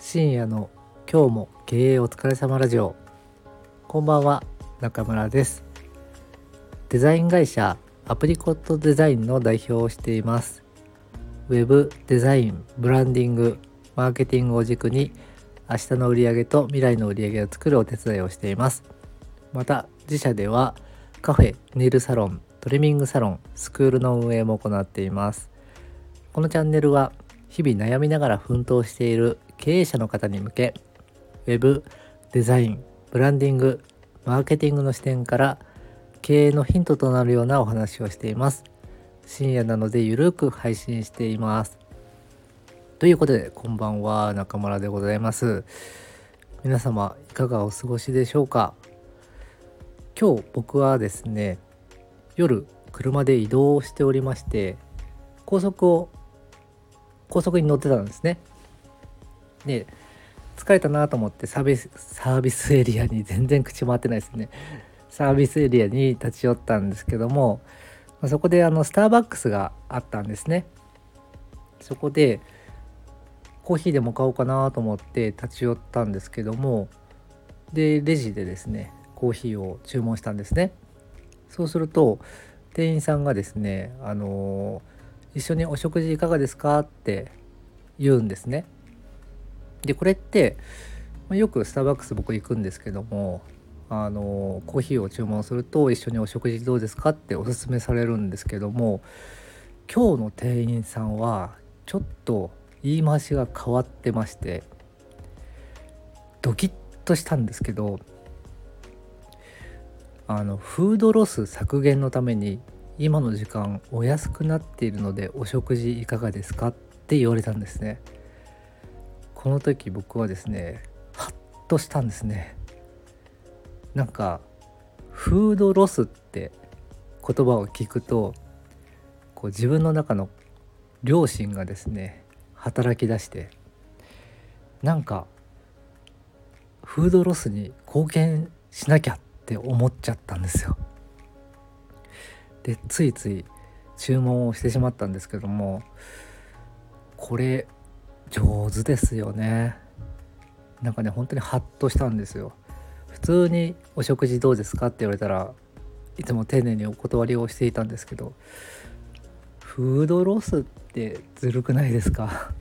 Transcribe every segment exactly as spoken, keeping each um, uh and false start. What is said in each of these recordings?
深夜の今日も経営お疲れ様ラジオ。こんばんは、中村です。デザイン会社アプリコットデザインの代表をしています。ウェブデザイン、ブランディング、マーケティングを軸に明日の売り上げと未来の売り上げを作るお手伝いをしています。また自社ではカフェ、ネイルサロン、トリミングサロン、スクールの運営も行っています。このチャンネルは日々悩みながら奮闘している経営者の方に向け、ウェブ、デザイン、ブランディング、マーケティングの視点から経営のヒントとなるようなお話をしています。深夜なのでゆるく配信しています。ということで、こんばんは、中村でございます。皆様いかがお過ごしでしょうか。今日僕はですね、夜車で移動しておりまして、高速を高速に乗ってたんですね。で、疲れたなと思ってサービスサービスエリアに全然口回ってないですね。サービスエリアに立ち寄ったんですけども、そこであのスターバックスがあったんですね。そこでコーヒーでも買おうかなと思って立ち寄ったんですけども、でレジでですねコーヒーを注文したんですね。そうすると店員さんがですね、あの一緒にお食事いかがですかって言うんですね。でこれってよくスターバックス僕行くんですけども、あのコーヒーを注文すると一緒にお食事どうですかっておすすめされるんですけども、今日の店員さんはちょっと言い回しが変わってまして、ドキッとしたんですけど、あのフードロス削減のために今の時間お安くなっているのでお食事いかがですかって言われたんですね。この時僕はですねハッとしたんですね。なんかフードロスって言葉を聞くと、こう自分の中の良心がですね働き出して、なんかフードロスに貢献しなきゃって思っちゃったんですよ。でついつい注文をしてしまったんですけども、これ上手ですよね。なんかね本当にハッとしたんですよ。普通にお食事どうですかって言われたらいつも丁寧にお断りをしていたんですけど、フードロスってずるくないですか。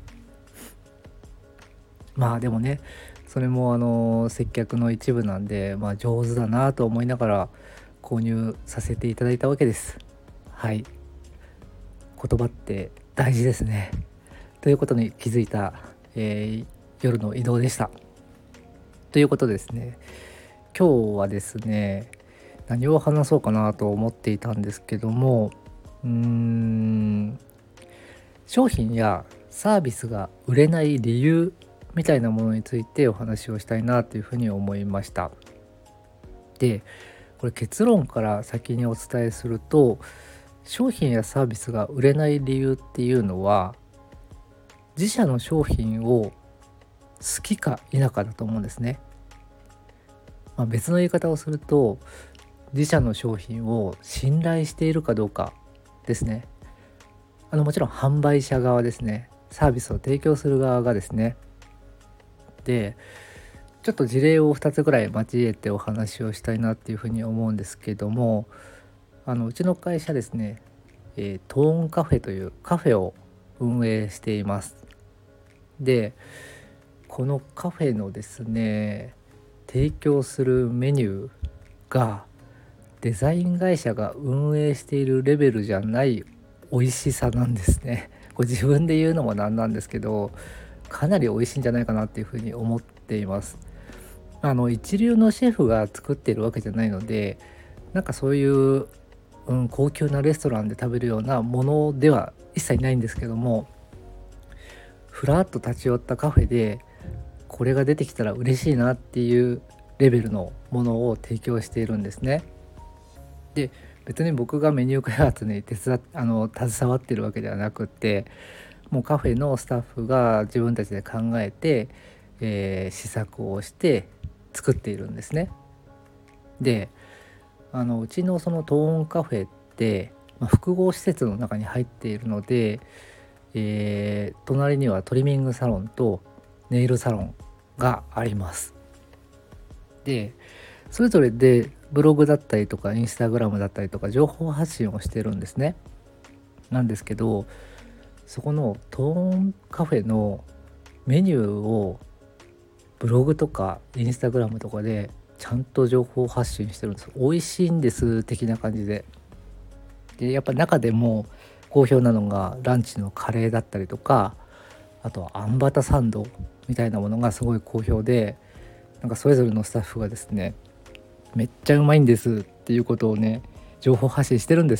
まあでもね、それもあの接客の一部なんで、まあ上手だなと思いながら購入させていただいたわけです。はい、言葉って大事ですねということに気づいた、えー夜の移動でした。ということですね、今日はですね何を話そうかなと思っていたんですけども、うーん商品やサービスが売れない理由みたいなものについてお話をしたいなというふうに思いました。でこれ結論から先にお伝えすると、商品やサービスが売れない理由っていうのは自社の商品を好きか否かだと思うんですね。まあ、別の言い方をすると、自社の商品を信頼しているかどうかですね。あのもちろん販売者側ですね、サービスを提供する側がですね。でちょっと事例をふたつぐらい交えてお話をしたいなっていうふうに思うんですけども、あのうちの会社ですね、えー、トーンカフェというカフェを運営しています。でこのカフェのですね提供するメニューがデザイン会社が運営しているレベルじゃない美味しさなんですね。これ自分で言うのもなんなんですけど、かなり美味しいんじゃないかなっていうふうに思っています。あの一流のシェフが作っているわけじゃないので、なんかそういう、うん、高級なレストランで食べるようなものでは一切ないんですけども、ふらっと立ち寄ったカフェでこれが出てきたら嬉しいなっていうレベルのものを提供しているんですね。で別に僕がメニュー開発に手伝っあの携わっているわけではなくって、もうカフェのスタッフが自分たちで考えて、えー試作をして作っているんですね。であのうちのそのトーンカフェって、まあ、複合施設の中に入っているので、えー隣にはトリミングサロンとネイルサロンがあります。でそれぞれでブログだったりとかインスタグラムだったりとか情報発信をしてるんですね。なんですけど、そこのトーンカフェのメニューをブログとかインスタグラムとかでちゃんと情報発信してるんです。美味しいんです的な感じで。でやっぱ中でも好評なのがランチのカレーだったりとか、あとはあんバタサンドみたいなものがすごい好評で、なんかそれぞれのスタッフがですね、めっちゃうまいんですっていうことをね情報発信してるんです。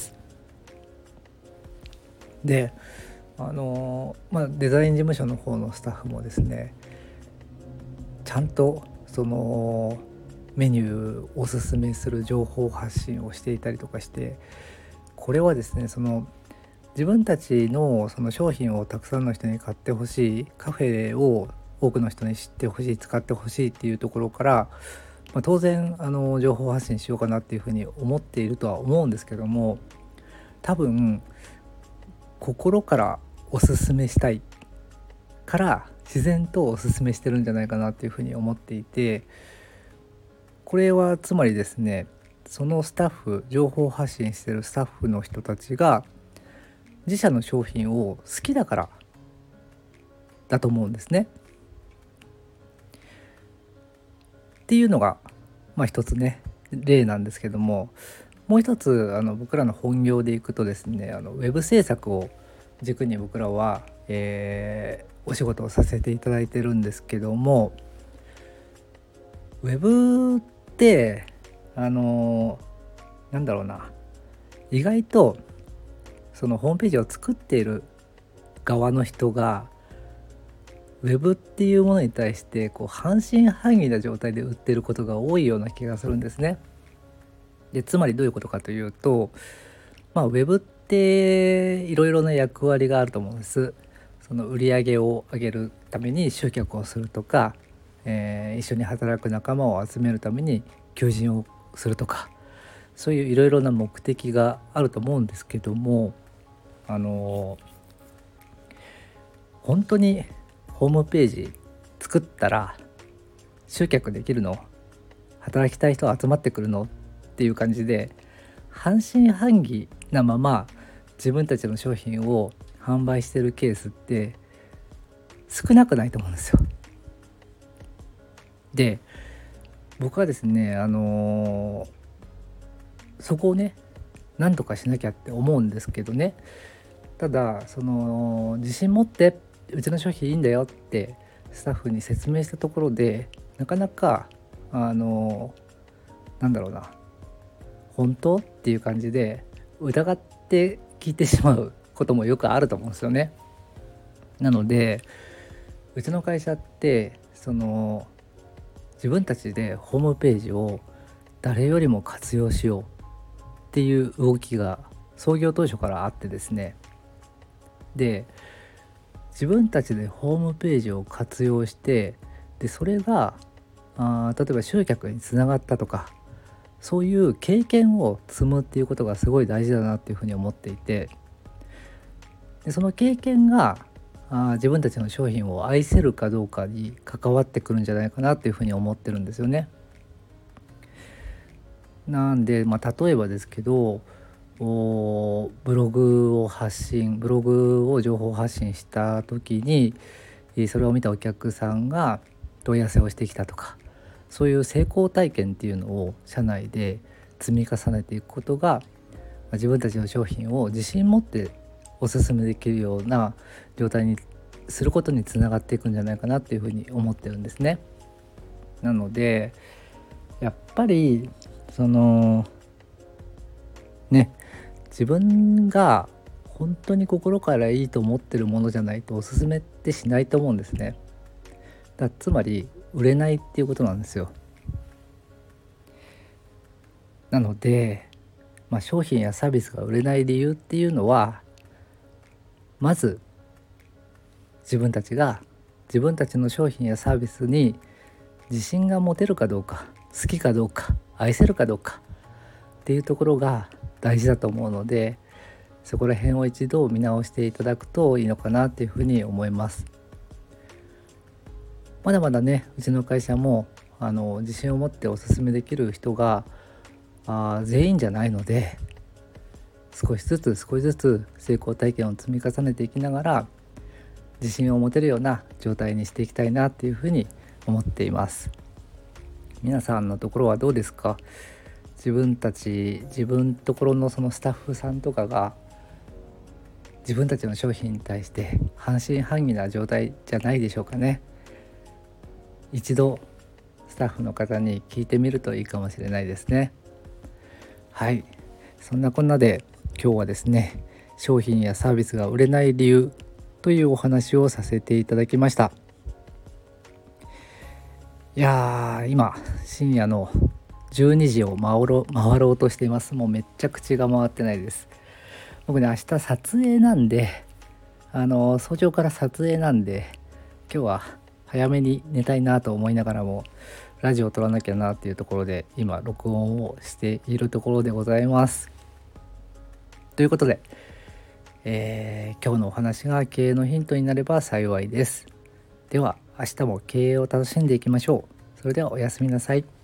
であのー、まあデザイン事務所の方のスタッフもですね、ちゃんとそのメニューをおすすめする情報発信をしていたりとかして、これはですね、その自分たちのその商品をたくさんの人に買ってほしい、カフェを多くの人に知ってほしい、使ってほしいっていうところから、まあ、当然あの情報発信しようかなっていうふうに思っているとは思うんですけども、多分心からおすすめしたいから自然とおすすめしてるんじゃないかなっていうふうに思っていて、これはつまりですね、そのスタッフ、情報発信してるスタッフの人たちが自社の商品を好きだからだと思うんですね。っていうのがまあ一つね例なんですけども、もう一つあの僕らの本業でいくとですね、あのウェブ制作を軸に僕らは、えー、お仕事をさせていただいてるんですけども、ウェブってあのなんだろうな、意外とそのホームページを作っている側の人がウェブっていうものに対してこう半信半疑な状態で売ってることが多いような気がするんですね。でつまりどういうことかというと、まあ、ウェブっていろいろな役割があると思うんです。その売り上げを上げるために集客をするとか、えー、一緒に働く仲間を集めるために求人をするとか、そういういろいろな目的があると思うんですけども、あの本当にホームページ作ったら集客できるの？働きたい人集まってくるの？っていう感じで半信半疑なまま自分たちの商品を販売してるケースって少なくないと思うんですよ。で僕はですね、あのー、そこをね何とかしなきゃって思うんですけどね、ただその自信持ってうちの商品いいんだよってスタッフに説明したところで、なかなかあのなんだろうな、本当っていう感じで疑って聞いてしまうこともよくあると思うんですよね。なのでうちの会社ってその自分たちでホームページを誰よりも活用しようっていう動きが創業当初からあってですね、で自分たちでホームページを活用して、でそれがあ例えば集客につながったとか、そういう経験を積むっていうことがすごい大事だなっていうふうに思っていて、でその経験があ自分たちの商品を愛せるかどうかに関わってくるんじゃないかなっていうふうに思ってるんですよね。なんで、まあ、例えばですけど、ブログを発信ブログを情報発信した時にそれを見たお客さんが問い合わせをしてきたとか、そういう成功体験っていうのを社内で積み重ねていくことが自分たちの商品を自信持っておすすめできるような状態にすることにつながっていくんじゃないかなっていうふうに思ってるんですね。なのでやっぱりそのね、自分が本当に心からいいと思ってるものじゃないとおすすめってしないと思うんですね。だつまり売れないっていうことなんですよ。なので、まあ、商品やサービスが売れない理由っていうのは、まず自分たちが自分たちの商品やサービスに自信が持てるかどうか、好きかどうか、愛せるかどうかっていうところが大事だと思うので、そこら辺を一度見直していただくといいのかなっていうふうに思います。 まだまだねうちの会社もあの自信を持ってお勧めできる人があ全員じゃないので、少しずつ少しずつ成功体験を積み重ねていきながら自信を持てるような状態にしていきたいなっていうふうに思っています。皆さんのところはどうですか？自分たち自分ところのそのスタッフさんとかが自分たちの商品に対して半信半疑な状態じゃないでしょうかね。一度スタッフの方に聞いてみるといいかもしれないですね。はい、そんなこんなで今日はですね、商品やサービスが売れない理由というお話をさせていただきました。いやー、今深夜のじゅうにじを回ろう、回ろうとしています。もうめっちゃ口が回ってないです。僕ね、明日撮影なんで、あの早朝から撮影なんで、今日は早めに寝たいなと思いながらも、ラジオを撮らなきゃなっていうところで今録音をしているところでございます。ということで、えー今日のお話が経営のヒントになれば幸いです。では明日も経営を楽しんでいきましょう。それではおやすみなさい。